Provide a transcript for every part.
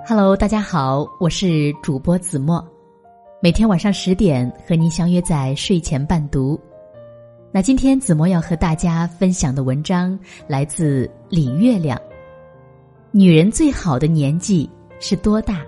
Hello， 大家好，我是主播子墨，每天晚上10点和您相约在睡前伴读。那今天子墨要和大家分享的文章来自李月亮。女人最好的年纪是多大？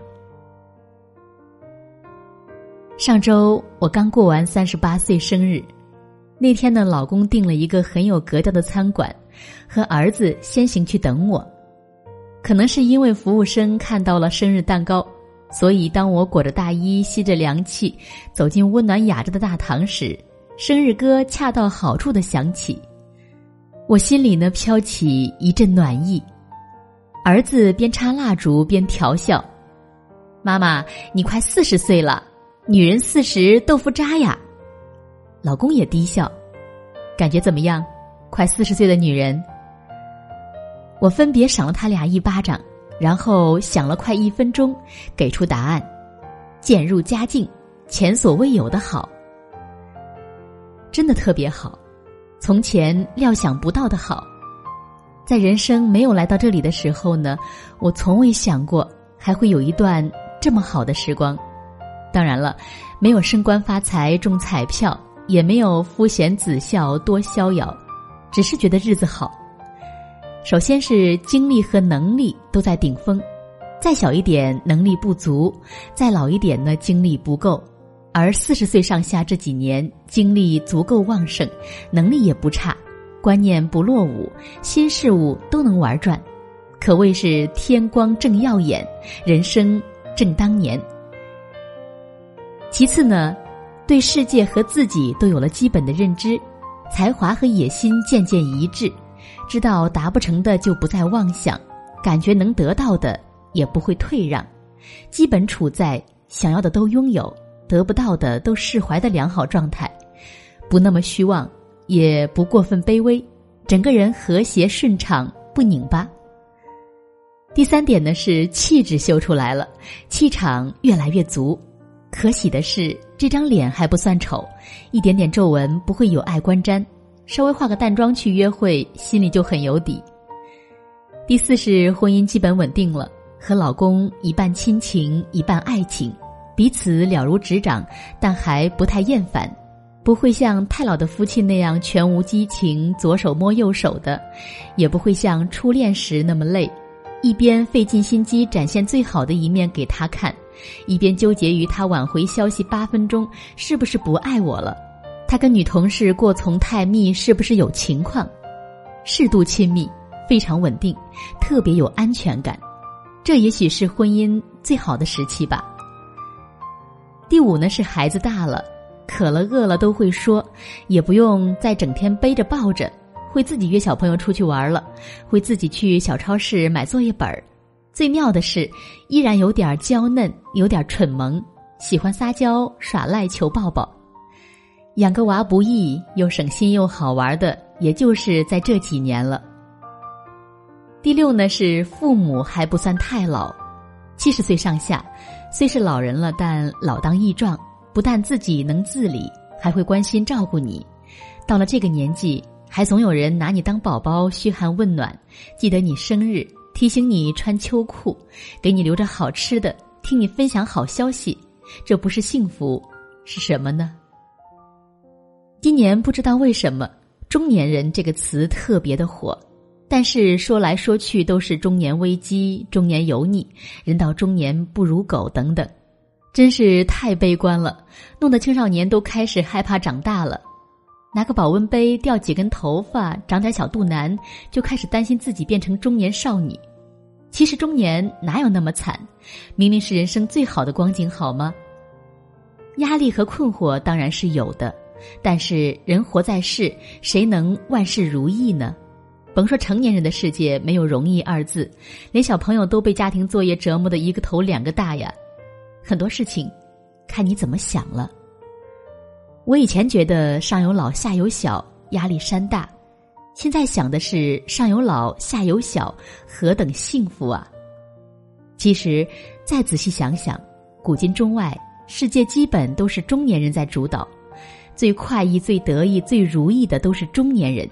上周我刚过完38岁生日，那天呢，老公订了一个很有格调的餐馆，和儿子先行去等我。可能是因为服务生看到了生日蛋糕，所以当我裹着大衣吸着凉气走进温暖雅致的大堂时，生日歌恰到好处地响起，我心里呢飘起一阵暖意。儿子边插蜡烛边调笑，妈妈，你快40岁了，女人40豆腐渣呀。老公也低笑，感觉怎么样？快40岁的女人。我分别赏了他俩一巴掌，然后想了快1分钟，给出答案：渐入佳境，前所未有的好。真的特别好，从前料想不到的好。在人生没有来到这里的时候呢，我从未想过还会有一段这么好的时光。当然了，没有升官发财中彩票，也没有夫贤子孝多逍遥，只是觉得日子好。首先是精力和能力都在顶峰，再小一点能力不足，再老一点呢精力不够，而40岁上下这几年精力足够旺盛，能力也不差，观念不落伍，新事物都能玩转，可谓是天光正耀眼，人生正当年。其次呢，对世界和自己都有了基本的认知，才华和野心渐渐一致，知道达不成的就不再妄想，感觉能得到的也不会退让，基本处在想要的都拥有，得不到的都释怀的良好状态，不那么虚妄，也不过分卑微，整个人和谐顺畅，不拧巴。第3点呢是气质秀出来了，气场越来越足。可喜的是，这张脸还不算丑，一点点皱纹不会有碍观瞻，稍微化个淡妆去约会，心里就很有底。第4是婚姻基本稳定了，和老公一半亲情一半爱情，彼此了如指掌，但还不太厌烦，不会像太老的夫妻那样全无激情，左手摸右手的，也不会像初恋时那么累，一边费尽心机展现最好的一面给他看，一边纠结于他挽回消息8分钟是不是不爱我了，他跟女同事过从太密是不是有情况，适度亲密，非常稳定，特别有安全感，这也许是婚姻最好的时期吧。第5呢是孩子大了，渴了饿了都会说，也不用再整天背着抱着，会自己约小朋友出去玩了，会自己去小超市买作业本，最妙的是依然有点娇嫩，有点蠢萌，喜欢撒娇耍赖求抱抱。养个娃不易，又省心又好玩的，也就是在这几年了。第6呢是父母还不算太老，70岁上下，虽是老人了，但老当益壮，不但自己能自理，还会关心照顾你。到了这个年纪，还总有人拿你当宝宝嘘寒问暖，记得你生日，提醒你穿秋裤，给你留着好吃的，听你分享好消息，这不是幸福是什么呢？今年不知道为什么中年人这个词特别的火，但是说来说去都是中年危机，中年油腻，人到中年不如狗等等，真是太悲观了，弄得青少年都开始害怕长大了，拿个保温杯掉几根头发，长点小肚腩，就开始担心自己变成中年少女。其实中年哪有那么惨，明明是人生最好的光景好吗？压力和困惑当然是有的，但是人活在世，谁能万事如意呢？甭说成年人的世界没有容易2字，连小朋友都被家庭作业折磨得一个头2个大呀。很多事情看你怎么想了。我以前觉得上有老下有小，压力山大，现在想的是上有老下有小，何等幸福啊。其实再仔细想想，古今中外，世界基本都是中年人在主导，最快意最得意最如意的都是中年人，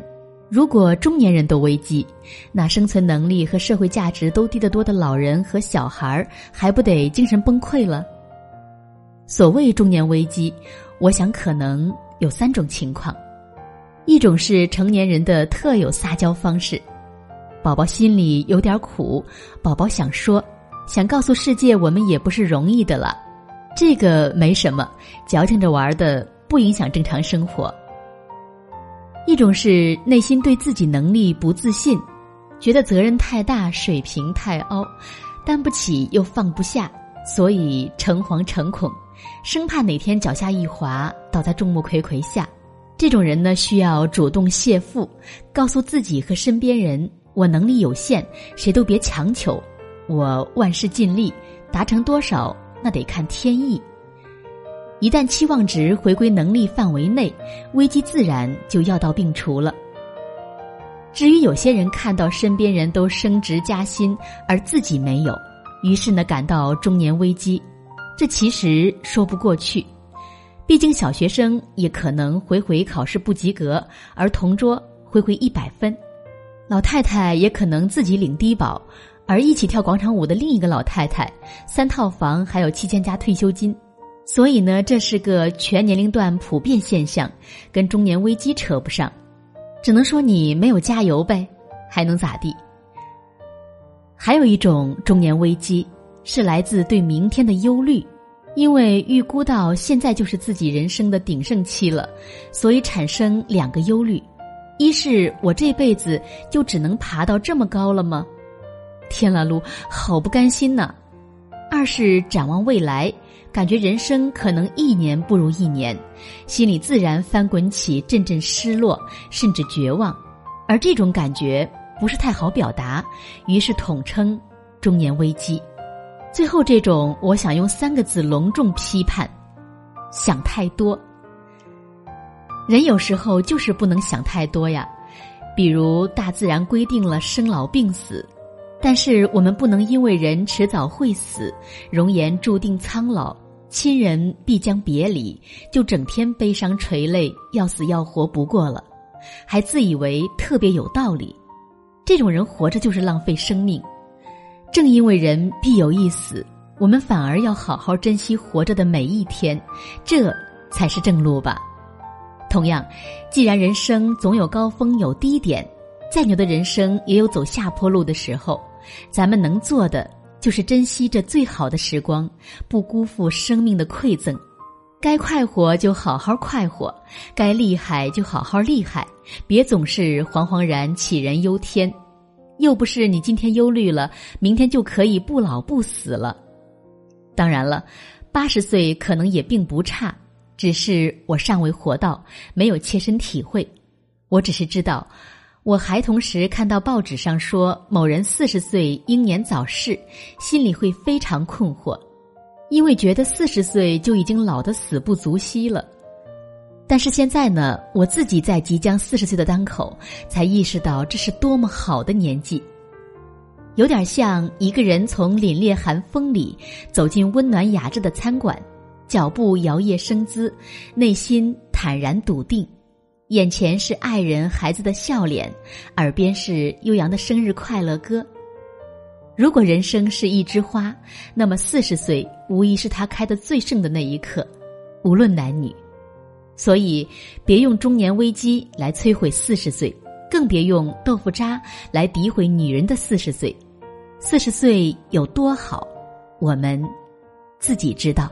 如果中年人都危机，那生存能力和社会价值都低得多的老人和小孩还不得精神崩溃了？所谓中年危机，我想可能有3种情况。一种是成年人的特有撒娇方式，宝宝心里有点苦，宝宝想说，想告诉世界我们也不是容易的了，这个没什么，矫情着玩的，不影响正常生活。一种是内心对自己能力不自信，觉得责任太大，水平太凹，担不起又放不下，所以诚惶诚恐，生怕哪天脚下一滑，倒在众目睽睽下。这种人呢，需要主动谢负，告诉自己和身边人，我能力有限，谁都别强求，我万事尽力，达成多少那得看天意。一旦期望值回归能力范围内，危机自然就药到病除了。至于有些人看到身边人都升职加薪，而自己没有，于是呢感到中年危机，这其实说不过去。毕竟小学生也可能回回考试不及格，而同桌回回100分。老太太也可能自己领低保，而一起跳广场舞的另一个老太太3套房还有7000加退休金。所以呢，这是个全年龄段普遍现象，跟中年危机扯不上，只能说你没有加油呗，还能咋地？还有一种中年危机是来自对明天的忧虑，因为预估到现在就是自己人生的鼎盛期了，所以产生2个忧虑。一是我这辈子就只能爬到这么高了吗？天啦噜，好不甘心呐。二是展望未来，感觉人生可能1年不如1年，心里自然翻滚起阵阵失落，甚至绝望，而这种感觉不是太好表达，于是统称中年危机。最后这种，我想用3个字隆重批判：想太多。人有时候就是不能想太多呀，比如大自然规定了生老病死，但是我们不能因为人迟早会死，容颜注定苍老，亲人必将别离，就整天悲伤垂泪，要死要活不过了，还自以为特别有道理。这种人活着就是浪费生命。正因为人必有一死，我们反而要好好珍惜活着的每一天，这才是正路吧。同样，既然人生总有高峰有低点，再牛的人生也有走下坡路的时候，咱们能做的就是珍惜这最好的时光，不辜负生命的馈赠。该快活就好好快活，该厉害就好好厉害，别总是惶惶然杞人忧天。又不是你今天忧虑了，明天就可以不老不死了。当然了，80岁可能也并不差，只是我尚未活到，没有切身体会。我只是知道，我孩童时看到报纸上说某人40岁英年早逝，心里会非常困惑，因为觉得40岁就已经老得死不足惜了。但是现在呢，我自己在即将40岁的当口，才意识到这是多么好的年纪。有点像一个人从凛冽寒风里走进温暖雅致的餐馆，脚步摇曳生姿，内心坦然笃定，眼前是爱人孩子的笑脸，耳边是悠扬的生日快乐歌。如果人生是一枝花，那么40岁无疑是它开得最盛的那一刻，无论男女。所以别用中年危机来摧毁40岁，更别用豆腐渣来诋毁女人的40岁。40岁有多好，我们自己知道。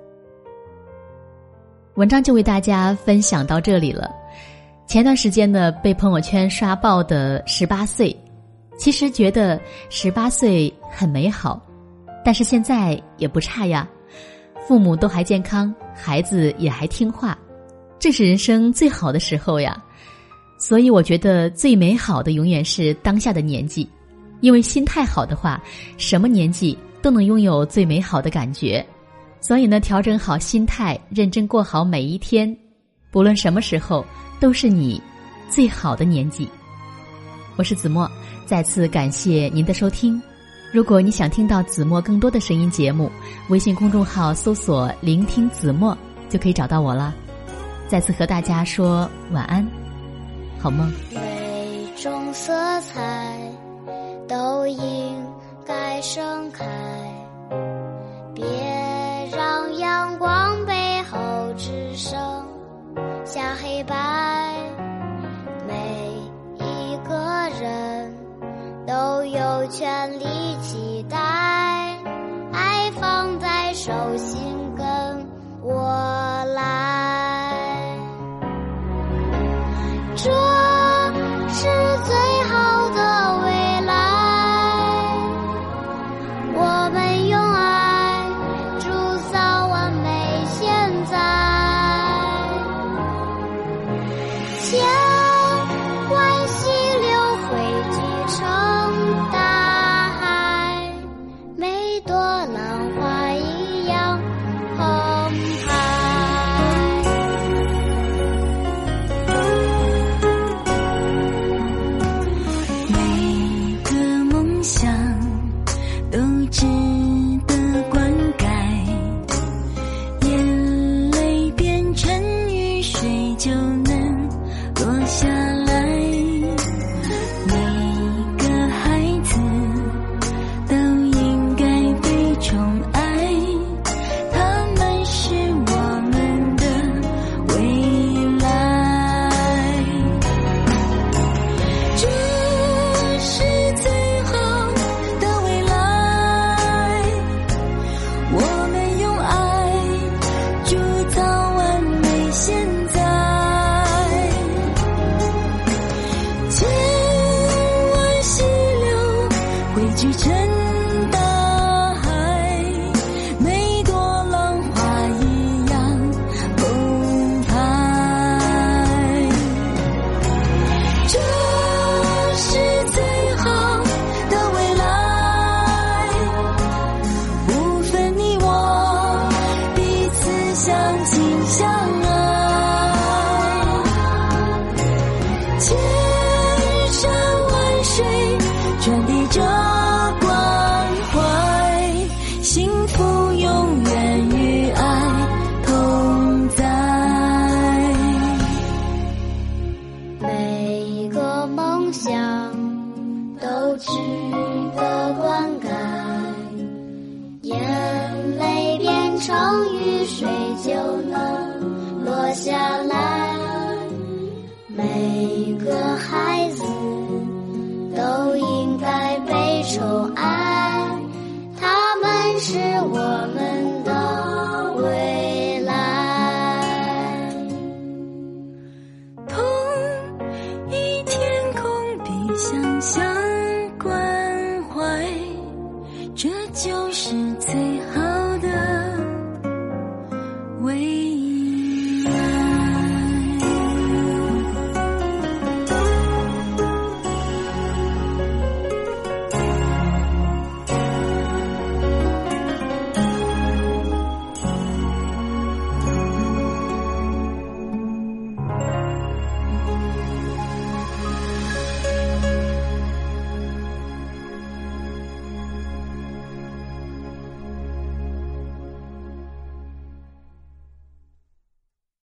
文章就为大家分享到这里了。前段时间呢，被朋友圈刷爆的18岁，其实觉得18岁很美好，但是现在也不差呀，父母都还健康，孩子也还听话，这是人生最好的时候呀。所以我觉得最美好的永远是当下的年纪，因为心态好的话，什么年纪都能拥有最美好的感觉。所以呢，调整好心态，认真过好每一天，不论什么时候都是你最好的年纪。我是子墨，再次感谢您的收听。如果你想听到子墨更多的声音节目，微信公众号搜索聆听子墨就可以找到我了。再次和大家说晚安，好梦。 没色彩都应该盛开，别让阳光背后只剩下黑白。每一个人都有权利期待，爱放在手心跟我来，这是最好的未来。我们用爱铸造完美现在，千万溪流汇聚成大海，每朵浪花一样澎湃。 每个梦想都值得灌溉，眼泪变成雨水就能落下来。每个孩子都应该被宠爱，他们是我们的未来。这是最好的未来，我们用爱铸造完美现在，千万溪流汇聚成大海，每朵浪花一样澎湃。这是最好的未来，不分你我，彼此相亲相爱，千山万水传递着关怀，幸福永远与爱同在。 每一个梦想都值得灌溉，眼泪变成雨水就能落下来。每个孩子都应该被宠爱，他们是我们的未来。 同一天空比想象